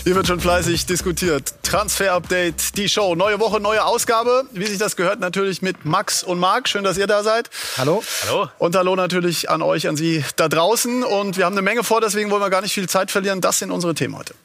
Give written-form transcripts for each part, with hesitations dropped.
Hier wird schon fleißig diskutiert. Transfer-Update, die Show. Neue Woche, neue Ausgabe. Wie sich das gehört, natürlich mit Max und Marc. Schön, dass ihr da seid. Hallo. Hallo. Und hallo natürlich an euch, an Sie da draußen. Und wir haben eine Menge vor, deswegen wollen wir gar nicht viel Zeit verlieren. Das sind unsere Themen heute.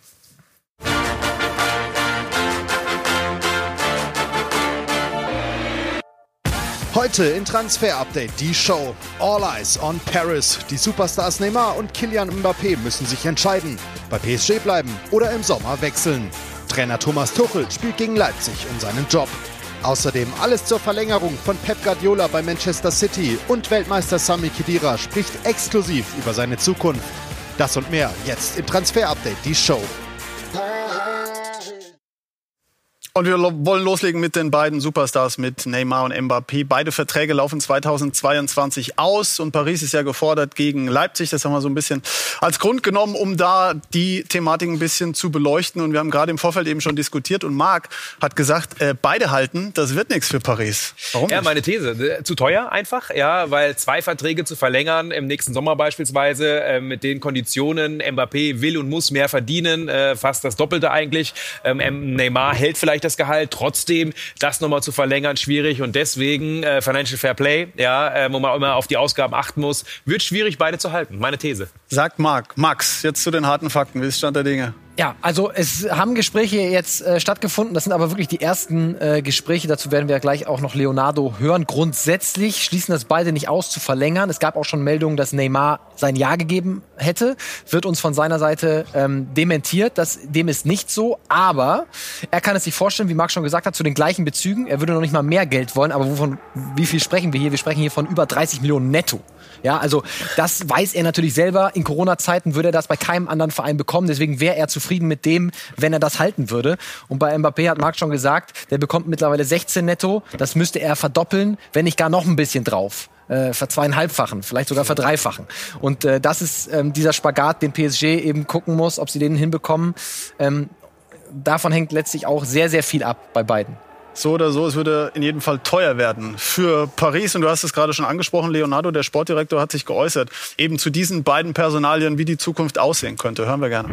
Heute in Transfer Update die Show. All Eyes on Paris. Die Superstars Neymar und Kylian Mbappé müssen sich entscheiden. Bei PSG bleiben oder im Sommer wechseln. Trainer Thomas Tuchel spielt gegen Leipzig um seinen Job. Außerdem alles zur Verlängerung von Pep Guardiola bei Manchester City und Weltmeister Sami Khedira spricht exklusiv über seine Zukunft. Das und mehr jetzt im Transfer Update die Show. Und wir wollen loslegen mit den beiden Superstars, mit Neymar und Mbappé. Beide Verträge laufen 2022 aus und Paris ist ja gefordert gegen Leipzig. Das haben wir so ein bisschen als Grund genommen, um da die Thematik ein bisschen zu beleuchten. Und wir haben gerade im Vorfeld eben schon diskutiert und Marc hat gesagt, beide halten, das wird nichts für Paris. Warum nicht? Ja, meine These. Zu teuer einfach, ja, weil 2 Verträge zu verlängern, im nächsten Sommer beispielsweise, mit den Konditionen, Mbappé will und muss mehr verdienen, fast das Doppelte eigentlich. Neymar hält vielleicht das Gehalt, trotzdem das nochmal zu verlängern, schwierig und deswegen Financial Fair Play, ja, wo man immer auf die Ausgaben achten muss, wird schwierig, beide zu halten, meine These. Sagt Marc. Max, jetzt zu den harten Fakten, wie ist Stand der Dinge? Ja, also es haben Gespräche jetzt stattgefunden. Das sind aber wirklich die ersten Gespräche. Dazu werden wir gleich auch noch Leonardo hören. Grundsätzlich schließen das beide nicht aus zu verlängern. Es gab auch schon Meldungen, dass Neymar sein Ja gegeben hätte. Wird uns von seiner Seite dementiert. Dem ist nicht so. Aber er kann es sich vorstellen, wie Marc schon gesagt hat, zu den gleichen Bezügen. Er würde noch nicht mal mehr Geld wollen. Aber wie viel sprechen wir hier? Wir sprechen hier von über 30 Millionen netto. Ja, also das weiß er natürlich selber. In Corona-Zeiten würde er das bei keinem anderen Verein bekommen. Deswegen wäre er zufrieden mit dem, wenn er das halten würde. Und bei Mbappé hat Marc schon gesagt, der bekommt mittlerweile 16 netto. Das müsste er verdoppeln, wenn nicht gar noch ein bisschen drauf. Verzweieinhalbfachen, vielleicht sogar verdreifachen. Und das ist dieser Spagat, den PSG eben gucken muss, ob sie den hinbekommen. Davon hängt letztlich auch sehr, sehr viel ab bei beiden. So oder so, es würde in jedem Fall teuer werden für Paris. Und du hast es gerade schon angesprochen, Leonardo, der Sportdirektor, hat sich geäußert. Eben zu diesen beiden Personalien, wie die Zukunft aussehen könnte. Hören wir gerne.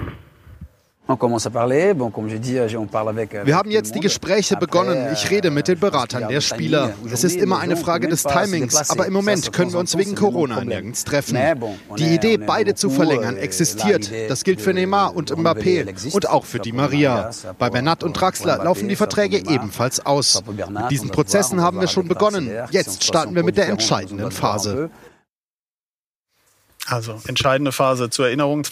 Wir haben jetzt die Gespräche begonnen. Ich rede mit den Beratern der Spieler. Es ist immer eine Frage des Timings, aber im Moment können wir uns wegen Corona nirgends treffen. Die Idee, beide zu verlängern, existiert. Das gilt für Neymar und Mbappé und auch für Di Maria. Bei Bernat und Draxler laufen die Verträge ebenfalls aus. Mit diesen Prozessen haben wir schon begonnen. Jetzt starten wir mit der entscheidenden Phase. Also entscheidende Phase. Zur Erinnerung,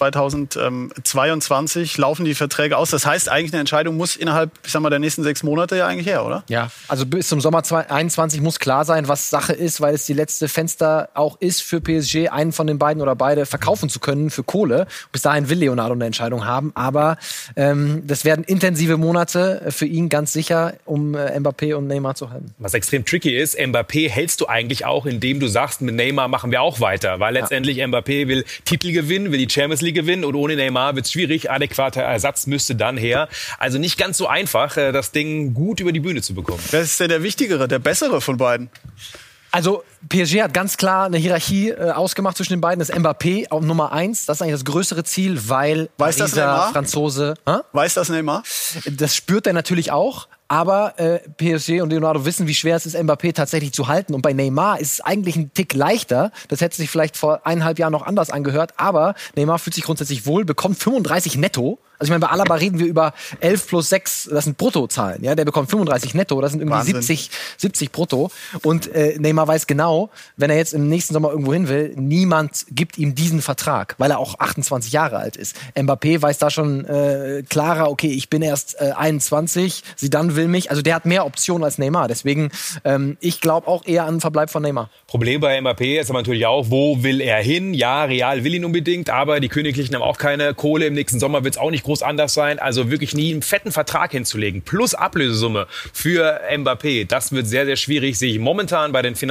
2022 laufen die Verträge aus. Das heißt, eigentlich eine Entscheidung muss innerhalb, ich sag mal, der nächsten 6 Monate ja eigentlich her, oder? Ja, also bis zum Sommer 2021 muss klar sein, was Sache ist, weil es die letzte Fenster auch ist für PSG, einen von den beiden oder beide verkaufen zu können für Kohle. Bis dahin will Leonardo eine Entscheidung haben, aber das werden intensive Monate für ihn ganz sicher, um Mbappé und Neymar zu halten. Was extrem tricky ist, Mbappé hältst du eigentlich auch, indem du sagst, mit Neymar machen wir auch weiter, weil letztendlich Mbappé will Titel gewinnen, will die Champions League gewinnen und ohne Neymar wird es schwierig. Adäquater Ersatz müsste dann her. Also nicht ganz so einfach, das Ding gut über die Bühne zu bekommen. Wer ist denn der Wichtigere, der Bessere von beiden? Also PSG hat ganz klar eine Hierarchie ausgemacht zwischen den beiden. Das ist Mbappé auf Nummer 1. Das ist eigentlich das größere Ziel, weil dieser Franzose... Weiß das Neymar? Das spürt er natürlich auch. Aber PSG und Leonardo wissen, wie schwer es ist, Mbappé tatsächlich zu halten. Und bei Neymar ist es eigentlich ein Tick leichter. Das hätte sich vielleicht vor 1,5 Jahren noch anders angehört. Aber Neymar fühlt sich grundsätzlich wohl, bekommt 35 netto. Also ich meine, bei Alaba reden wir über 11 plus 6, das sind Bruttozahlen. Ja? Der bekommt 35 netto, das sind irgendwie 70 brutto. Und Neymar weiß genau, wenn er jetzt im nächsten Sommer irgendwo hin will, niemand gibt ihm diesen Vertrag, weil er auch 28 Jahre alt ist. Mbappé weiß da schon klarer, okay, ich bin erst 21, Zidane will mich. Also der hat mehr Optionen als Neymar. Deswegen, ich glaube auch eher an den Verbleib von Neymar. Problem bei Mbappé ist aber natürlich auch, wo will er hin? Ja, Real will ihn unbedingt, aber die Königlichen haben auch keine Kohle. Im nächsten Sommer wird es auch nicht groß anders sein. Also wirklich nie einen fetten Vertrag hinzulegen. Plus Ablösesumme für Mbappé. Das wird sehr, sehr schwierig. Sehe ich momentan bei den finanziellen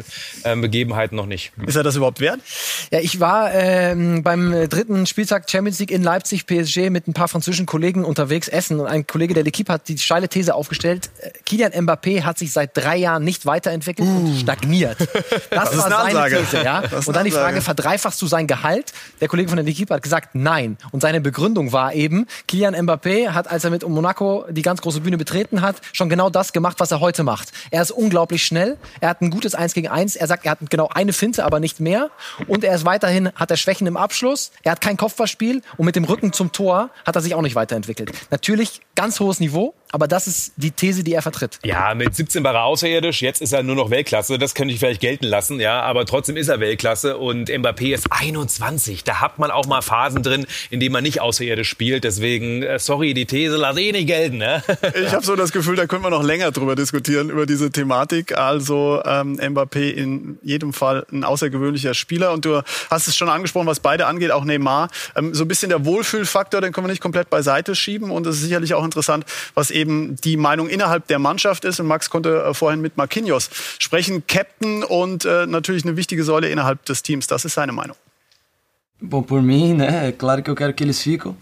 Begebenheiten noch nicht. Ist er das überhaupt wert? Ja, ich war beim dritten Spieltag Champions League in Leipzig, PSG, mit ein paar französischen Kollegen unterwegs essen. Und ein Kollege der L'Équipe hat die steile These aufgestellt, Kylian Mbappé hat sich seit 3 Jahren nicht weiterentwickelt und stagniert. Das war seine These. Ja? Und dann die Frage, verdreifachst du sein Gehalt? Der Kollege von der L'Équipe hat gesagt, nein. Und seine Begründung war eben, Kylian Mbappé hat, als er mit Monaco die ganz große Bühne betreten hat, schon genau das gemacht, was er heute macht. Er ist unglaublich schnell, er hat ein gutes 1 gegen 1, er sagt, er hat genau eine Finte, aber nicht mehr. Und er ist weiterhin, hat er Schwächen im Abschluss, er hat kein Kopfballspiel und mit dem Rücken zum Tor hat er sich auch nicht weiterentwickelt. Natürlich ganz hohes Niveau, aber das ist die These, die er vertritt. Ja, mit 17 war er außerirdisch, jetzt ist er nur noch Weltklasse, das könnte ich vielleicht gelten lassen, ja, aber trotzdem ist er Weltklasse und Mbappé ist 21, da hat man auch mal Phasen drin, in denen man nicht außerirdisch spielt, deswegen, sorry, die These lasse ich nicht gelten. Ne? Ich habe so das Gefühl, da können wir noch länger drüber diskutieren, über diese Thematik, also Mbappé in jedem Fall ein außergewöhnlicher Spieler und du hast es schon angesprochen, was beide angeht, auch Neymar, so ein bisschen der Wohlfühlfaktor, den können wir nicht komplett beiseite schieben und es ist sicherlich auch interessant, was eben die Meinung innerhalb der Mannschaft ist. Und Max konnte vorhin mit Marquinhos sprechen. Captain und natürlich eine wichtige Säule innerhalb des Teams. Das ist seine Meinung. Bom, por mim, né, é claro que eu quero que eles ficam.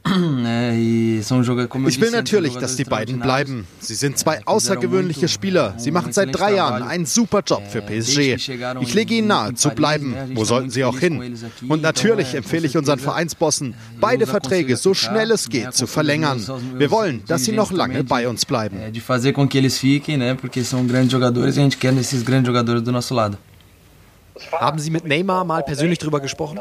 Ich will natürlich, dass die beiden bleiben. Sie sind 2 außergewöhnliche Spieler. Sie machen seit 3 Jahren einen super Job für PSG. Ich lege ihnen nahe, zu bleiben. Wo sollten sie auch hin? Und natürlich empfehle ich unseren Vereinsbossen, beide Verträge so schnell es geht zu verlängern. Wir wollen, dass sie noch lange bei uns bleiben. Haben Sie mit Neymar mal persönlich drüber gesprochen?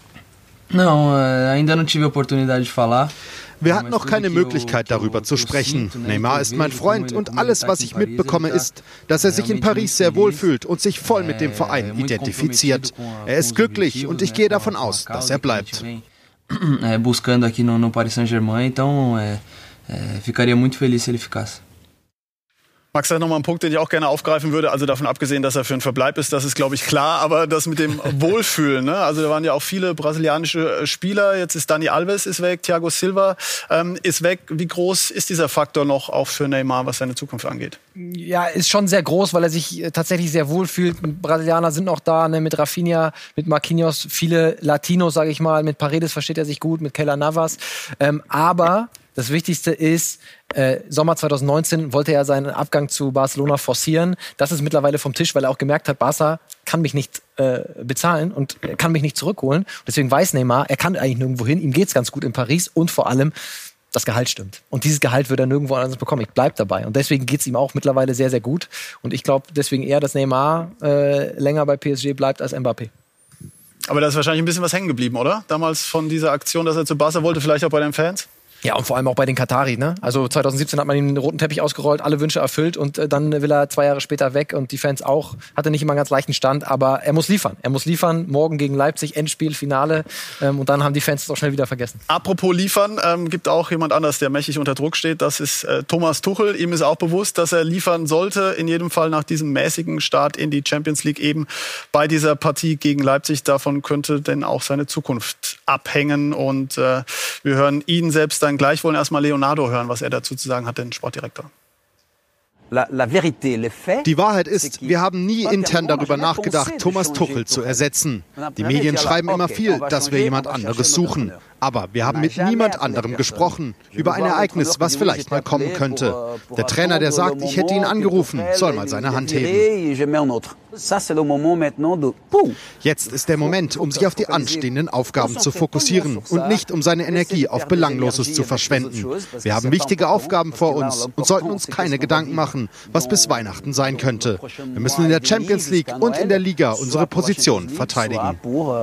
Wir hatten noch keine Möglichkeit, darüber zu sprechen. Neymar ist mein Freund und alles, was ich mitbekomme, ist, dass er sich in Paris sehr wohl fühlt und sich voll mit dem Verein identifiziert. Er ist glücklich und ich gehe davon aus, dass er bleibt. Buscando aqui no Paris Saint-Germain, então ficaria muito feliz se ele ficasse. Max, das ist nochmal ein Punkt, den ich auch gerne aufgreifen würde. Also davon abgesehen, dass er für einen Verbleib ist, das ist, glaube ich, klar. Aber das mit dem Wohlfühlen, ne? Also da waren ja auch viele brasilianische Spieler. Jetzt ist Dani Alves ist weg, Thiago Silva ist weg. Wie groß ist dieser Faktor noch auch für Neymar, was seine Zukunft angeht? Ja, ist schon sehr groß, weil er sich tatsächlich sehr wohlfühlt. Brasilianer sind noch da, ne? Mit Rafinha, mit Marquinhos, viele Latinos, sage ich mal. Mit Paredes versteht er sich gut, mit Keylor Navas. Aber das Wichtigste ist, Sommer 2019 wollte er seinen Abgang zu Barcelona forcieren. Das ist mittlerweile vom Tisch, weil er auch gemerkt hat, Barca kann mich nicht bezahlen und kann mich nicht zurückholen. Deswegen weiß Neymar, er kann eigentlich nirgendwo hin. Ihm geht's ganz gut in Paris und vor allem, das Gehalt stimmt. Und dieses Gehalt wird er nirgendwo anders bekommen. Ich bleib dabei. Und deswegen geht's ihm auch mittlerweile sehr, sehr gut. Und ich glaube deswegen eher, dass Neymar länger bei PSG bleibt als Mbappé. Aber da ist wahrscheinlich ein bisschen was hängen geblieben, oder? Damals von dieser Aktion, dass er zu Barca wollte, vielleicht auch bei den Fans? Ja, und vor allem auch bei den Katari, ne? Also 2017 hat man ihm den roten Teppich ausgerollt, alle Wünsche erfüllt und dann will er 2 Jahre später weg und die Fans auch. Hatte nicht immer einen ganz leichten Stand, aber er muss liefern. Er muss liefern, morgen gegen Leipzig, Endspiel, Finale und dann haben die Fans es auch schnell wieder vergessen. Apropos liefern, gibt auch jemand anders, der mächtig unter Druck steht. Das ist Thomas Tuchel. Ihm ist auch bewusst, dass er liefern sollte, in jedem Fall nach diesem mäßigen Start in die Champions League eben bei dieser Partie gegen Leipzig. Davon könnte denn auch seine Zukunft abhängen und wir hören ihn selbst dann gleich, wollen erstmal Leonardo hören, was er dazu zu sagen hat, den Sportdirektor. Die Wahrheit ist, wir haben nie intern darüber nachgedacht, Thomas Tuchel zu ersetzen. Die Medien schreiben immer viel, dass wir jemand anderes suchen. Aber wir haben mit niemand anderem gesprochen über ein Ereignis, was vielleicht mal kommen könnte. Der Trainer, der sagt, ich hätte ihn angerufen, soll mal seine Hand heben. Jetzt ist der Moment, um sich auf die anstehenden Aufgaben zu fokussieren und nicht um seine Energie auf Belangloses zu verschwenden. Wir haben wichtige Aufgaben vor uns und sollten uns keine Gedanken machen, was bis Weihnachten sein könnte. Wir müssen in der Champions League und in der Liga unsere Position verteidigen.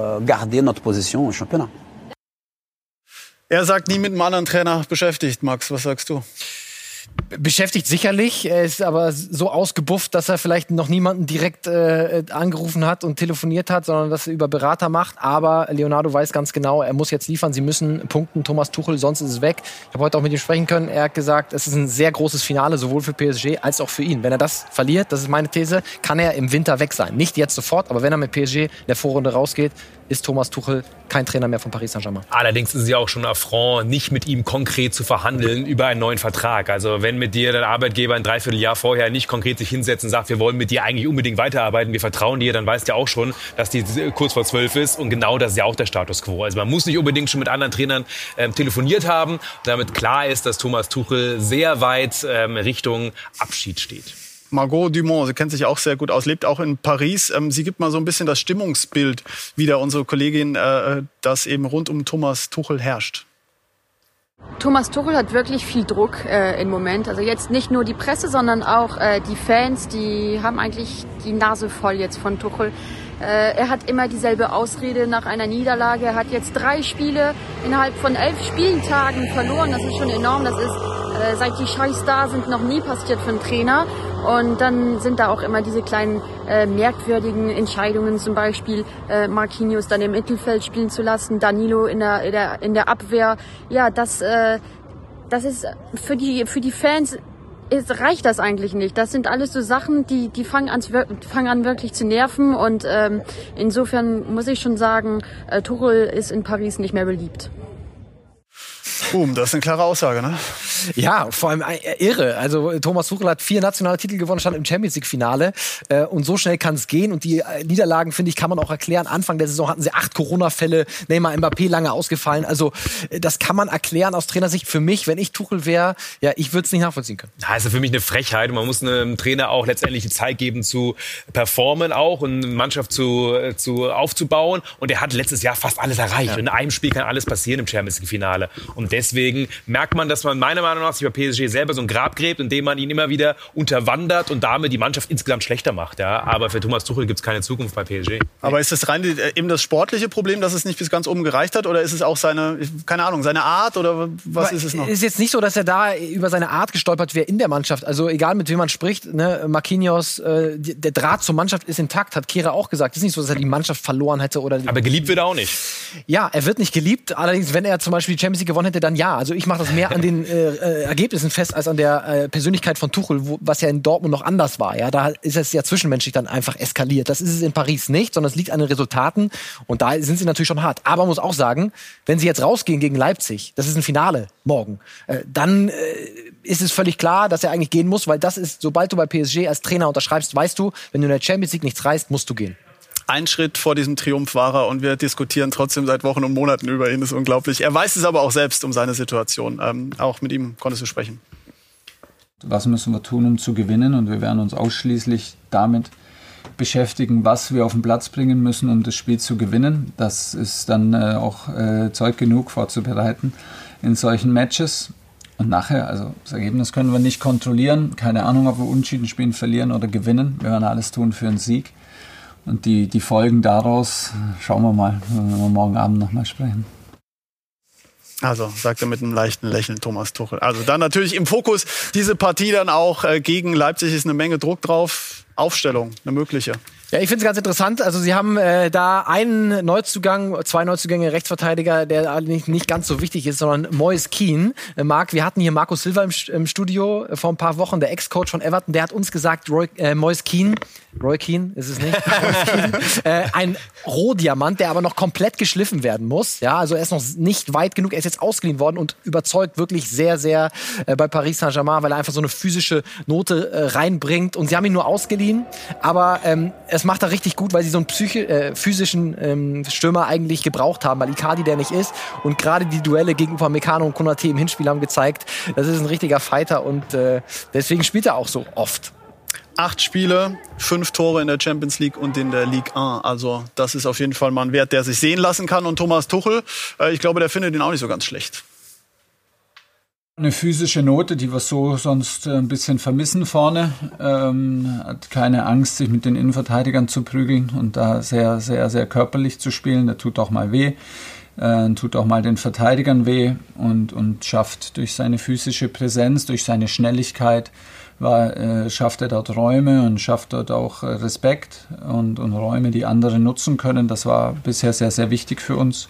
Er sagt, nie mit einem anderen Trainer beschäftigt. Max, was sagst du? Beschäftigt sicherlich, er ist aber so ausgebufft, dass er vielleicht noch niemanden direkt angerufen hat und telefoniert hat, sondern das über Berater macht. Aber Leonardo weiß ganz genau, er muss jetzt liefern, sie müssen punkten, Thomas Tuchel, sonst ist es weg. Ich habe heute auch mit ihm sprechen können, er hat gesagt, es ist ein sehr großes Finale, sowohl für PSG als auch für ihn. Wenn er das verliert, das ist meine These, kann er im Winter weg sein. Nicht jetzt sofort, aber wenn er mit PSG in der Vorrunde rausgeht, ist Thomas Tuchel kein Trainer mehr von Paris Saint-Germain. Allerdings ist es ja auch schon ein Affront, nicht mit ihm konkret zu verhandeln über einen neuen Vertrag. Also Also wenn mit dir dein Arbeitgeber ein Dreivierteljahr vorher nicht konkret sich hinsetzt und sagt, wir wollen mit dir eigentlich unbedingt weiterarbeiten, wir vertrauen dir, dann weißt du ja auch schon, dass die kurz vor 12 ist. Und genau das ist ja auch der Status quo. Also man muss nicht unbedingt schon mit anderen Trainern telefoniert haben, damit klar ist, dass Thomas Tuchel sehr weit Richtung Abschied steht. Margot Dumont, sie kennt sich auch sehr gut aus, lebt auch in Paris. Sie gibt mal so ein bisschen das Stimmungsbild wieder, unsere Kollegin, das eben rund um Thomas Tuchel herrscht. Thomas Tuchel hat wirklich viel Druck im Moment. Also jetzt nicht nur die Presse, sondern auch die Fans, die haben eigentlich die Nase voll jetzt von Tuchel. Er hat immer dieselbe Ausrede nach einer Niederlage. Er hat jetzt 3 Spiele innerhalb von 11 Spieltagen verloren. Das ist schon enorm. Das ist, seit die Scheiß da sind, noch nie passiert für einen Trainer. Und dann sind da auch immer diese kleinen merkwürdigen Entscheidungen, zum Beispiel Marquinhos dann im Mittelfeld spielen zu lassen, Danilo in der Abwehr. Ja, das ist für die Fans reicht das eigentlich nicht. Das sind alles so Sachen, die fangen an wirklich zu nerven. Und insofern muss ich schon sagen, Tuchel ist in Paris nicht mehr beliebt. Boom, das ist eine klare Aussage, ne? Ja, vor allem irre. Also Thomas Tuchel hat 4 nationale Titel gewonnen, stand im Champions-League-Finale. Und so schnell kann es gehen. Und die Niederlagen, finde ich, kann man auch erklären. Anfang der Saison hatten sie 8 Corona-Fälle. Neymar, Mbappé lange ausgefallen. Also das kann man erklären aus Trainersicht. Für mich, wenn ich Tuchel wäre, ja, ich würde es nicht nachvollziehen können. Das ist für mich eine Frechheit. Man muss einem Trainer auch letztendlich die Zeit geben, zu performen auch und eine Mannschaft aufzubauen. Und er hat letztes Jahr fast alles erreicht. Ja. In einem Spiel kann alles passieren im Champions-League-Finale. Und deswegen merkt man, dass man meiner Meinung nach sich bei PSG selber so ein Grab gräbt, indem man ihn immer wieder unterwandert und damit die Mannschaft insgesamt schlechter macht. Ja. Aber für Thomas Tuchel gibt es keine Zukunft bei PSG. Aber ist das rein eben das sportliche Problem, dass es nicht bis ganz oben gereicht hat? Oder ist es auch seine Art? Oder was Aber ist es noch? Ist jetzt nicht so, dass er da über seine Art gestolpert wäre in der Mannschaft. Also egal, mit wem man spricht, ne, Marquinhos, der Draht zur Mannschaft ist intakt, hat Kehrer auch gesagt. Es ist nicht so, dass er die Mannschaft verloren hätte. Aber geliebt wird er auch nicht. Ja, er wird nicht geliebt. Allerdings, wenn er zum Beispiel die Champions League gewonnen hätte, dann ja. Also ich mache das mehr an den Ergebnissen fest als an der Persönlichkeit von Tuchel, was ja in Dortmund noch anders war. Ja, da ist es ja zwischenmenschlich dann einfach eskaliert. Das ist es in Paris nicht, sondern es liegt an den Resultaten. Und da sind sie natürlich schon hart. Aber man muss auch sagen, wenn sie jetzt rausgehen gegen Leipzig, das ist ein Finale morgen, dann ist es völlig klar, dass er eigentlich gehen muss, weil das ist, sobald du bei PSG als Trainer unterschreibst, weißt du, wenn du in der Champions League nichts reißt, musst du gehen. Ein Schritt vor diesem Triumph war er und wir diskutieren trotzdem seit Wochen und Monaten über ihn. Das ist unglaublich. Er weiß es aber auch selbst um seine Situation. Auch mit ihm konntest du sprechen. Was müssen wir tun, um zu gewinnen? Und wir werden uns ausschließlich damit beschäftigen, was wir auf den Platz bringen müssen, um das Spiel zu gewinnen. Das ist dann auch Zeug genug vorzubereiten in solchen Matches. Und nachher, also das Ergebnis können wir nicht kontrollieren. Keine Ahnung, ob wir unentschieden spielen, verlieren oder gewinnen. Wir werden alles tun für einen Sieg. Und die Folgen daraus, schauen wir mal, wenn wir morgen Abend nochmal sprechen. Also, sagt er mit einem leichten Lächeln Thomas Tuchel. Also dann natürlich im Fokus diese Partie dann auch gegen Leipzig ist eine Menge Druck drauf. Aufstellung, eine mögliche. Ja, ich finde es ganz interessant. Also sie haben da einen Neuzugang, 2 Neuzugänge, Rechtsverteidiger, der nicht ganz so wichtig ist, sondern Moise Kean. Marc, wir hatten hier Marco Silva im Studio vor ein paar Wochen, der Ex-Coach von Everton, der hat uns gesagt, Moise Kean, Roy Keane ist es nicht, ein Rohdiamant, der aber noch komplett geschliffen werden muss. Ja, also er ist noch nicht weit genug, er ist jetzt ausgeliehen worden und überzeugt wirklich sehr, sehr bei Paris Saint-Germain, weil er einfach so eine physische Note reinbringt. Und sie haben ihn nur ausgeliehen, aber es macht er richtig gut, weil sie so einen physischen Stürmer eigentlich gebraucht haben, weil Icardi der nicht ist. Und gerade die Duelle gegen Upamecano und Konaté im Hinspiel haben gezeigt, das ist ein richtiger Fighter und deswegen spielt er auch so oft. 8 Spiele, 5 Tore in der Champions League und in der Ligue 1. Also das ist auf jeden Fall mal ein Wert, der sich sehen lassen kann. Und Thomas Tuchel, ich glaube, der findet ihn auch nicht so ganz schlecht. Eine physische Note, die wir so sonst ein bisschen vermissen vorne. Hat keine Angst, sich mit den Innenverteidigern zu prügeln und da sehr, sehr, sehr körperlich zu spielen. Der tut auch mal weh. Tut auch mal den Verteidigern weh und schafft durch seine physische Präsenz, durch seine Schnelligkeit, schafft er dort Räume und schafft dort auch Respekt und Räume, die andere nutzen können. Das war bisher sehr, sehr wichtig für uns.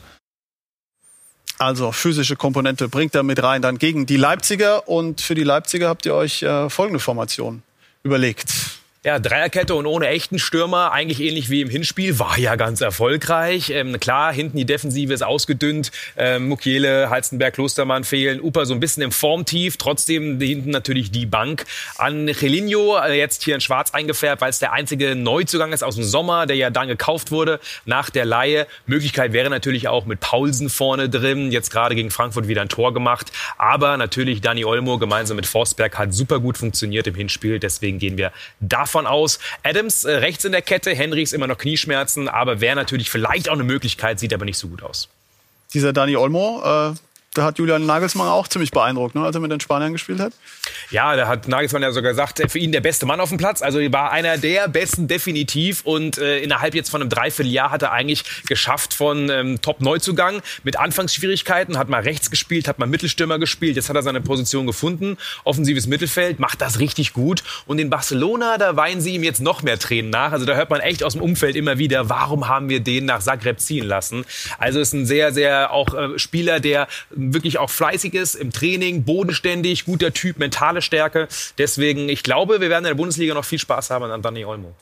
Also physische Komponente bringt er mit rein dann gegen die Leipziger. Und für die Leipziger habt ihr euch folgende Formation überlegt. Ja, Dreierkette und ohne echten Stürmer, eigentlich ähnlich wie im Hinspiel, war ja ganz erfolgreich. Klar, hinten die Defensive ist ausgedünnt. Mukiele, Halstenberg, Klostermann fehlen. Upa so ein bisschen im Formtief. Trotzdem hinten natürlich die Bank. Angelino, jetzt hier in schwarz eingefärbt, weil es der einzige Neuzugang ist aus dem Sommer, der ja dann gekauft wurde nach der Leihe. Möglichkeit wäre natürlich auch mit Paulsen vorne drin. Jetzt gerade gegen Frankfurt wieder ein Tor gemacht. Aber natürlich Dani Olmo gemeinsam mit Forsberg hat super gut funktioniert im Hinspiel. Deswegen gehen wir davon aus. Adams rechts in der Kette, Henrichs immer noch Knieschmerzen, aber wäre natürlich vielleicht auch eine Möglichkeit, sieht aber nicht so gut aus. Dieser Dani Olmo, da hat Julian Nagelsmann auch ziemlich beeindruckt, ne, als er mit den Spaniern gespielt hat. Ja, da hat Nagelsmann ja sogar gesagt, für ihn der beste Mann auf dem Platz. Also war einer der Besten definitiv. Und innerhalb jetzt von einem Dreivierteljahr hat er eigentlich geschafft von Top-Neuzugang mit Anfangsschwierigkeiten. Hat mal rechts gespielt, hat mal Mittelstürmer gespielt. Jetzt hat er seine Position gefunden. Offensives Mittelfeld, macht das richtig gut. Und in Barcelona, da weinen sie ihm jetzt noch mehr Tränen nach. Also da hört man echt aus dem Umfeld immer wieder, warum haben wir den nach Zagreb ziehen lassen? Also ist ein sehr, sehr auch Spieler, der wirklich auch fleißig ist im Training, bodenständig, guter Typ, mentale Stärke. Deswegen, ich glaube, wir werden in der Bundesliga noch viel Spaß haben an Dani Olmo.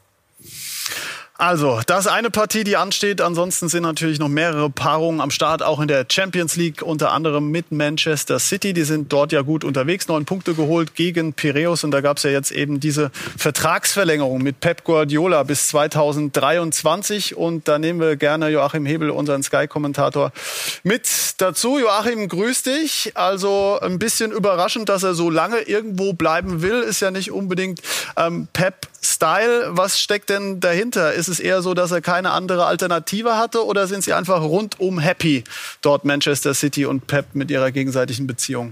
Also, das ist eine Partie, die ansteht. Ansonsten sind natürlich noch mehrere Paarungen am Start, auch in der Champions League, unter anderem mit Manchester City. Die sind dort ja gut unterwegs, 9 Punkte geholt gegen Piräus. Und da gab es ja jetzt eben diese Vertragsverlängerung mit Pep Guardiola bis 2023. Und da nehmen wir gerne Joachim Hebel, unseren Sky-Kommentator, mit dazu. Joachim, grüß dich. Also ein bisschen überraschend, dass er so lange irgendwo bleiben will. Ist ja nicht unbedingt Pep-Style. Was steckt denn dahinter? Ist es eher so, dass er keine andere Alternative hatte, oder sind Sie einfach rundum happy dort, Manchester City und Pep, mit ihrer gegenseitigen Beziehung?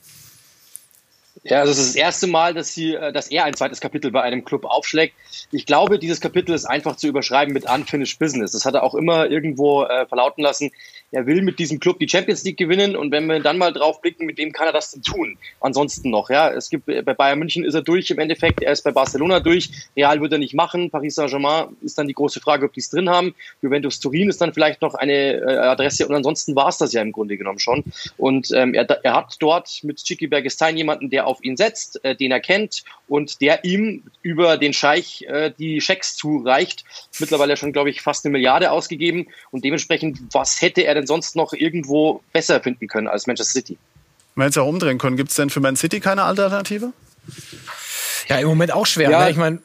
Ja, also es ist das erste Mal, dass er ein zweites Kapitel bei einem Club aufschlägt. Ich glaube, dieses Kapitel ist einfach zu überschreiben mit Unfinished Business. Das hat er auch immer irgendwo verlauten lassen. Er will mit diesem Club die Champions League gewinnen, und wenn wir dann mal drauf blicken, mit wem kann er das denn tun? Ansonsten noch, ja. Es gibt, bei Bayern München ist er durch im Endeffekt, er ist bei Barcelona durch, Real wird er nicht machen, Paris Saint-Germain ist dann die große Frage, ob die es drin haben, Juventus Turin ist dann vielleicht noch eine Adresse, und ansonsten war es das ja im Grunde genommen schon. Und er hat dort mit Txiki Bergestein jemanden, der auf ihn setzt, den er kennt und der ihm über den Scheich die Schecks zureicht. Mittlerweile schon, glaube ich, fast 1 Milliarde ausgegeben, und dementsprechend, was hätte er denn sonst noch irgendwo besser finden können als Manchester City? Wenn wir jetzt auch umdrehen können, gibt es denn für Man City keine Alternative? Ja, im Moment auch schwer. Ja. Ne? Ich meine,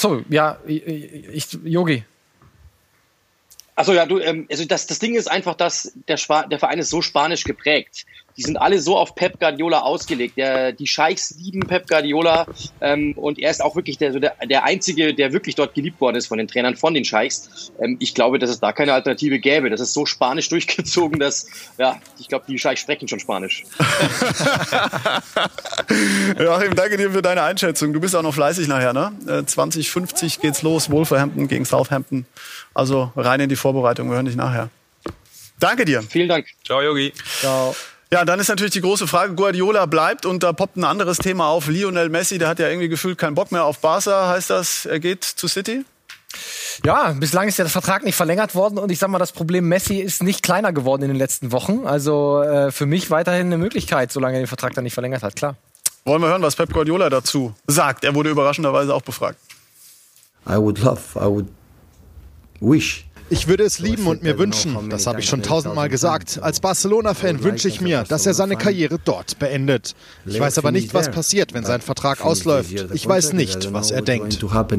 Jogi. Achso, ja, also das Ding ist einfach, dass der Verein ist so spanisch geprägt. Die sind alle so auf Pep Guardiola ausgelegt. Die Scheichs lieben Pep Guardiola, und er ist auch wirklich der Einzige, der wirklich dort geliebt worden ist von den Trainern, von den Scheichs. Ich glaube, dass es da keine Alternative gäbe. Das ist so spanisch durchgezogen, dass, ja, ich glaube, die Scheichs sprechen schon Spanisch. Joachim, danke dir für deine Einschätzung. Du bist auch noch fleißig nachher, ne? 20:50 geht's los, Wolverhampton gegen Southampton. Also rein in die Vorbereitung, wir hören dich nachher. Danke dir. Vielen Dank. Ciao, Jogi. Ciao. Ja, dann ist natürlich die große Frage, Guardiola bleibt, und da poppt ein anderes Thema auf. Lionel Messi, der hat ja irgendwie gefühlt keinen Bock mehr auf Barca. Heißt das, er geht zu City? Ja, bislang ist ja der Vertrag nicht verlängert worden, und ich sag mal, das Problem Messi ist nicht kleiner geworden in den letzten Wochen. Also für mich weiterhin eine Möglichkeit, solange er den Vertrag dann nicht verlängert hat, klar. Wollen wir hören, was Pep Guardiola dazu sagt? Er wurde überraschenderweise auch befragt. Ich würde es lieben und mir wünschen, das habe ich schon 1000-mal gesagt. Als Barcelona-Fan wünsche ich mir, dass er seine Karriere dort beendet. Ich weiß aber nicht, was passiert, wenn sein Vertrag ausläuft. Ich weiß nicht, was er denkt.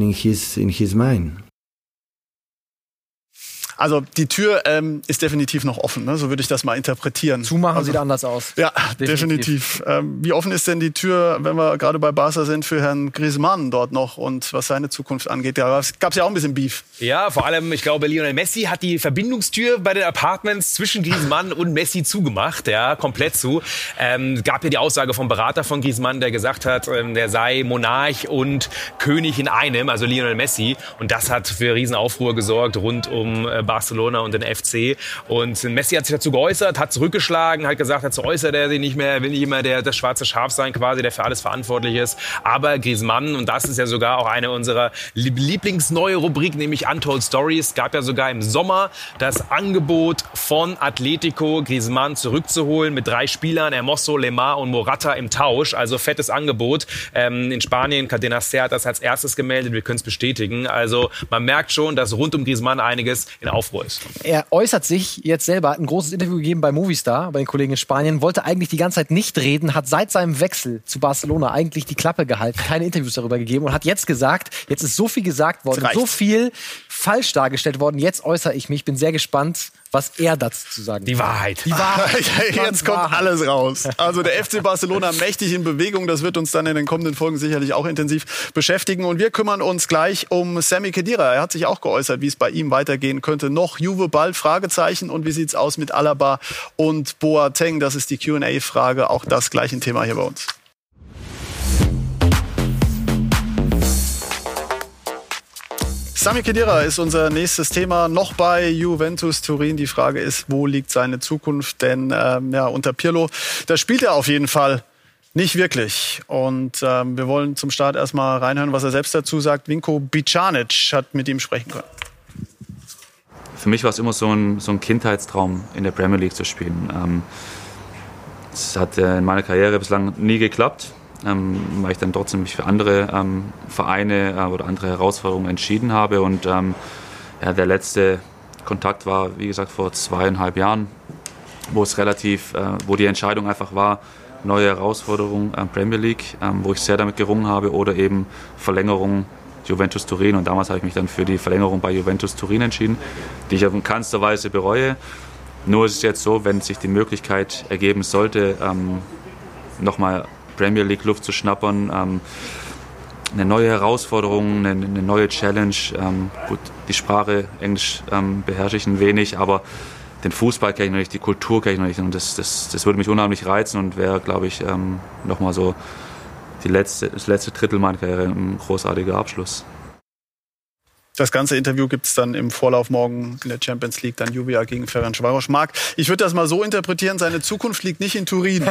Also die Tür ist definitiv noch offen, ne? So würde ich das mal interpretieren. Zumachen sieht anders aus. Ja, definitiv. Wie offen ist denn die Tür, wenn wir gerade bei Barca sind, für Herrn Griezmann dort noch, und was seine Zukunft angeht? Da gab es ja auch ein bisschen Beef. Ja, vor allem, ich glaube, Lionel Messi hat die Verbindungstür bei den Apartments zwischen Griezmann und Messi zugemacht, ja, komplett zu. Gab ja die Aussage vom Berater von Griezmann, der gesagt hat, der sei Monarch und König in einem, also Lionel Messi. Und das hat für Riesenaufruhr gesorgt rund um Barcelona und den FC. Und Messi hat sich dazu geäußert, hat zurückgeschlagen, hat gesagt, dazu äußert er sich nicht mehr, er will nicht immer das schwarze Schaf sein quasi, der für alles verantwortlich ist. Aber Griezmann, und das ist ja sogar auch eine unserer lieblingsneue Rubrik, nämlich Untold Stories, gab ja sogar im Sommer das Angebot von Atletico, Griezmann zurückzuholen mit 3 Spielern, Hermoso, Lemar und Morata im Tausch. Also fettes Angebot. In Spanien, Cadena Ser hat das als erstes gemeldet, wir können es bestätigen. Also man merkt schon, dass rund um Griezmann einiges in Aufruhr ist. Er äußert sich jetzt selber, hat ein großes Interview gegeben bei Movistar, bei den Kollegen in Spanien, wollte eigentlich die ganze Zeit nicht reden, hat seit seinem Wechsel zu Barcelona eigentlich die Klappe gehalten, keine Interviews darüber gegeben und hat jetzt gesagt, jetzt ist so viel gesagt worden, so viel falsch dargestellt worden, jetzt äußere ich mich, bin sehr gespannt, was er dazu zu sagen hat. Die Wahrheit. Jetzt kommt alles raus. Also der FC Barcelona mächtig in Bewegung. Das wird uns dann in den kommenden Folgen sicherlich auch intensiv beschäftigen. Und wir kümmern uns gleich um Sami Khedira. Er hat sich auch geäußert, wie es bei ihm weitergehen könnte. Noch Juve bald? Fragezeichen. Und wie sieht's aus mit Alaba und Boateng? Das ist die Q&A-Frage. Auch das gleich ein Thema hier bei uns. Sami Khedira ist unser nächstes Thema, noch bei Juventus Turin. Die Frage ist, wo liegt seine Zukunft? Denn unter Pirlo, da spielt er auf jeden Fall nicht wirklich. Und wir wollen zum Start erstmal reinhören, was er selbst dazu sagt. Vinko Bicanic hat mit ihm sprechen können. Für mich war es immer so ein Kindheitstraum, in der Premier League zu spielen. Es hat in meiner Karriere bislang nie geklappt, weil ich dann trotzdem mich für andere Vereine oder andere Herausforderungen entschieden habe. Und der letzte Kontakt war, wie gesagt, vor 2,5 Jahren, wo die Entscheidung einfach war, neue Herausforderung Premier League, wo ich sehr damit gerungen habe, oder eben Verlängerung Juventus Turin. Und damals habe ich mich dann für die Verlängerung bei Juventus Turin entschieden, die ich auf keinster Weise bereue. Nur ist es jetzt so, wenn sich die Möglichkeit ergeben sollte, nochmal Premier League Luft zu schnappern, eine neue Herausforderung, eine neue Challenge. Gut, die Sprache Englisch beherrsche ich ein wenig, aber den Fußball kenne ich noch nicht, die Kultur kenne ich noch nicht. Und das würde mich unheimlich reizen und wäre, glaube ich, nochmal so das letzte Drittel meiner Karriere ein großartiger Abschluss. Das ganze Interview gibt es dann im Vorlauf morgen in der Champions League, dann Juve gegen Ferencvaros. Marc, ich würde das mal so interpretieren, seine Zukunft liegt nicht in Turin.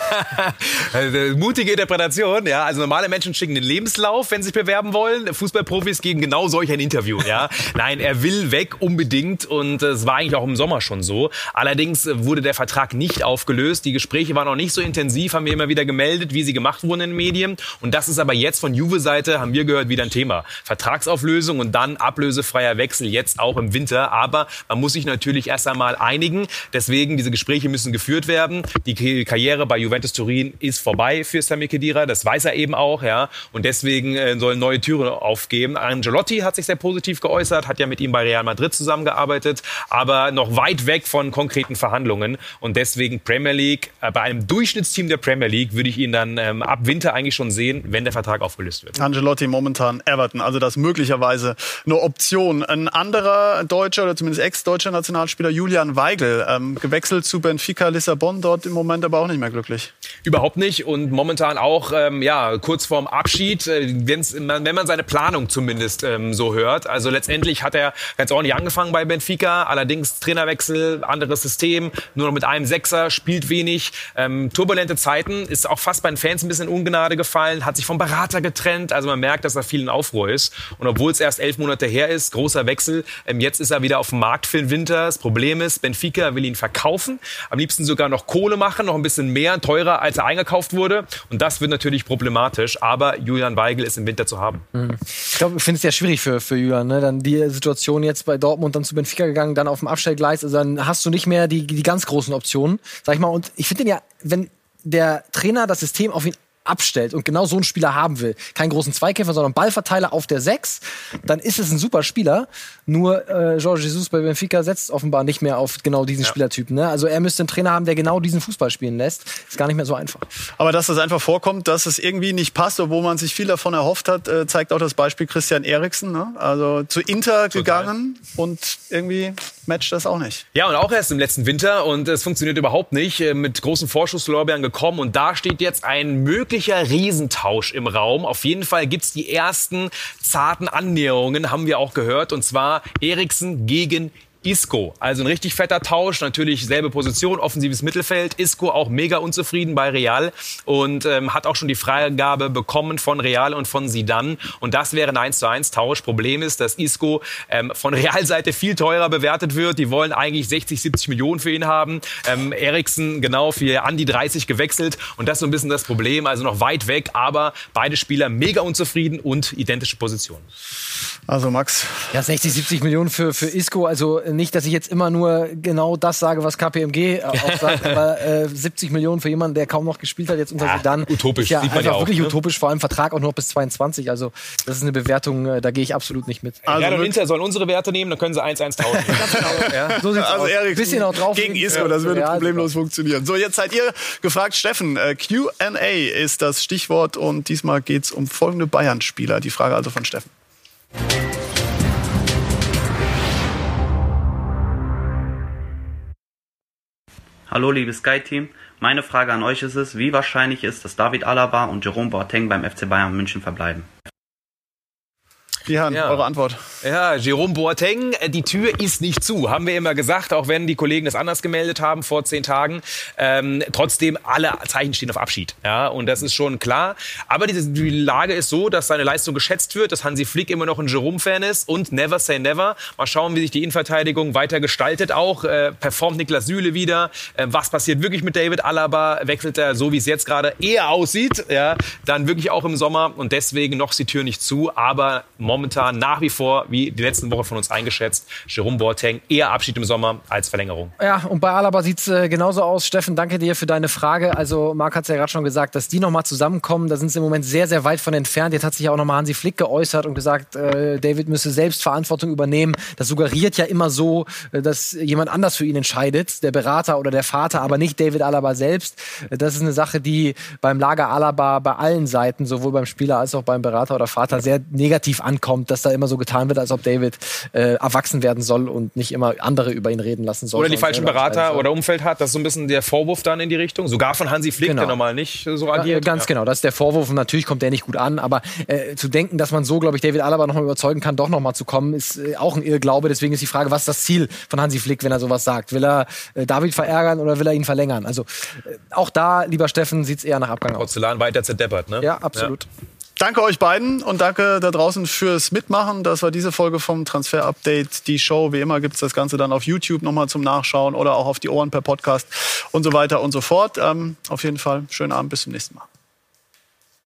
Mutige Interpretation, ja. Also normale Menschen schicken den Lebenslauf, wenn sie sich bewerben wollen. Fußballprofis geben genau solch ein Interview, ja. Nein, er will weg, unbedingt, und es war eigentlich auch im Sommer schon so. Allerdings wurde der Vertrag nicht aufgelöst. Die Gespräche waren noch nicht so intensiv, haben wir immer wieder gemeldet, wie sie gemacht wurden in den Medien. Und das ist aber jetzt von Juve-Seite, haben wir gehört, wieder ein Thema. Vertragsauflösung und dann ablösefreier Wechsel, jetzt auch im Winter. Aber man muss sich natürlich erst einmal einigen. Deswegen, diese Gespräche müssen geführt werden. Die Karriere bei Juventus Turin ist vorbei für Sami Khedira. Das weiß er eben auch, ja. Und deswegen sollen neue Türen aufgehen. Ancelotti hat sich sehr positiv geäußert, hat ja mit ihm bei Real Madrid zusammengearbeitet, aber noch weit weg von konkreten Verhandlungen. Und deswegen Premier League, bei einem Durchschnittsteam der Premier League würde ich ihn dann ab Winter eigentlich schon sehen, wenn der Vertrag aufgelöst wird. Ancelotti momentan Everton, also das möglicherweise eine Option. Ein anderer deutscher oder zumindest ex-deutscher Nationalspieler, Julian Weigl, gewechselt zu Benfica Lissabon, dort im Moment aber auch nicht mehr glücklich. Überhaupt nicht, und momentan auch kurz vorm Abschied, wenn man seine Planung zumindest so hört. Also letztendlich hat er ganz ordentlich angefangen bei Benfica, allerdings Trainerwechsel, anderes System, nur noch mit einem Sechser, spielt wenig. Turbulente Zeiten, ist auch fast bei den Fans ein bisschen in Ungnade gefallen, hat sich vom Berater getrennt, also man merkt, dass da viel in Aufruhr ist. Und obwohl es erst 11 Monate her ist, großer Wechsel, jetzt ist er wieder auf dem Markt für den Winter. Das Problem ist, Benfica will ihn verkaufen, am liebsten sogar noch Kohle machen, noch ein bisschen mehr, teurer, als er eingekauft wurde. Und das wird natürlich problematisch, aber Julian Weigl ist im Winter zu haben. Ich glaube, ich finde es ja schwierig für Julian, ne? Dann die Situation jetzt bei Dortmund, dann zu Benfica gegangen, dann auf dem Abstellgleis, also dann hast du nicht mehr die ganz großen Optionen, sag ich mal. Und ich finde ja, wenn der Trainer das System auf ihn abstellt und genau so einen Spieler haben will, keinen großen Zweikämpfer, sondern Ballverteiler auf der 6, dann ist es ein super Spieler. Nur Jorge Jesus bei Benfica setzt offenbar nicht mehr auf genau diesen Spielertypen. Ne? Also er müsste einen Trainer haben, der genau diesen Fußball spielen lässt. Ist gar nicht mehr so einfach. Aber dass das einfach vorkommt, dass es irgendwie nicht passt, obwohl man sich viel davon erhofft hat, zeigt auch das Beispiel Christian Eriksen. Ne? Also zu Inter gegangen und irgendwie matcht das auch nicht. Ja, und auch erst im letzten Winter, und es funktioniert überhaupt nicht. Mit großen Vorschusslorbeeren gekommen, und da steht jetzt ein möglicher Riesentausch im Raum. Auf jeden Fall gibt's die ersten zarten Annäherungen, haben wir auch gehört, und zwar Eriksen gegen Isco, also ein richtig fetter Tausch, natürlich selbe Position, offensives Mittelfeld. Isco auch mega unzufrieden bei Real und hat auch schon die Freigabe bekommen von Real und von Zidane. Und das wäre ein 1:1 Tausch. Problem ist, dass Isco von Real-Seite viel teurer bewertet wird. Die wollen eigentlich 60, 70 Millionen für ihn haben. Eriksen genau für an die 30 gewechselt. Und das ist so ein bisschen das Problem. Also noch weit weg, aber beide Spieler mega unzufrieden und identische Positionen. Also Max. Ja, 60, 70 Millionen für Isco. Also nicht, dass ich jetzt immer nur genau das sage, was KPMG auch sagt, aber 70 Millionen für jemanden, der kaum noch gespielt hat, jetzt unter Zidane. Utopisch, ist ja sieht man einfach ja auch, wirklich ne? utopisch, vor allem Vertrag auch noch bis 22. Also das ist eine Bewertung, da gehe ich absolut nicht mit. Also Real und Inter sollen unsere Werte nehmen, dann können sie 1:1 tauschen. Ja, so sieht's aus. Eriksen Bisschen auch drauf gegen Isco, das würde problemlos funktionieren. So, jetzt seid ihr gefragt, Steffen. Q&A ist das Stichwort und diesmal geht's um folgende Bayern-Spieler. Die Frage also von Steffen. Hallo liebes Sky-Team, meine Frage an euch ist es, wie wahrscheinlich ist, dass David Alaba und Jerome Boateng beim FC Bayern München verbleiben? Johann, eure Antwort. Ja, Jerome Boateng, die Tür ist nicht zu, haben wir immer gesagt, auch wenn die Kollegen das anders gemeldet haben vor 10 Tagen. Trotzdem, alle Zeichen stehen auf Abschied. Ja, und das ist schon klar. Aber die Lage ist so, dass seine Leistung geschätzt wird, dass Hansi Flick immer noch ein Jerome-Fan ist und never say never. Mal schauen, wie sich die Innenverteidigung weiter gestaltet auch. Performt Niklas Süle wieder? Was passiert wirklich mit David Alaba? Wechselt er, so wie es jetzt gerade eher aussieht, ja, dann wirklich auch im Sommer. Und deswegen noch ist die Tür nicht zu, aber momentan nach wie vor, wie die letzten Wochen von uns eingeschätzt, Jerome Boateng eher Abschied im Sommer als Verlängerung. Ja, und bei Alaba sieht's genauso aus. Steffen, danke dir für deine Frage. Also Marc hat's ja gerade schon gesagt, dass die nochmal zusammenkommen, da sind sie im Moment sehr, sehr weit von entfernt. Jetzt hat sich ja auch nochmal Hansi Flick geäußert und gesagt, David müsse selbst Verantwortung übernehmen. Das suggeriert ja immer so, dass jemand anders für ihn entscheidet, der Berater oder der Vater, aber nicht David Alaba selbst. Das ist eine Sache, die beim Lager Alaba bei allen Seiten, sowohl beim Spieler als auch beim Berater oder Vater, sehr negativ ankommt, dass da immer so getan wird, als ob David erwachsen werden soll und nicht immer andere über ihn reden lassen soll. Oder die falschen Berater oder Umfeld hat. Das ist so ein bisschen der Vorwurf dann in die Richtung. Sogar von Hansi Flick, der normal nicht so agiert. Ganz genau, das ist der Vorwurf. Und natürlich kommt der nicht gut an. Aber zu denken, dass man so, glaube ich, David Alaba noch mal überzeugen kann, doch noch mal zu kommen, ist auch ein Irrglaube. Deswegen ist die Frage, was ist das Ziel von Hansi Flick, wenn er sowas sagt? Will er David verärgern oder will er ihn verlängern? Also auch da, lieber Steffen, sieht es eher nach Abgang aus. Porzellan weiter zerdeppert, ne? Ja, absolut. Ja. Danke euch beiden und danke da draußen fürs Mitmachen. Das war diese Folge vom Transfer Update. Die Show, wie immer, gibt's das Ganze dann auf YouTube nochmal zum Nachschauen oder auch auf die Ohren per Podcast und so weiter und so fort. Auf jeden Fall, schönen Abend, bis zum nächsten Mal.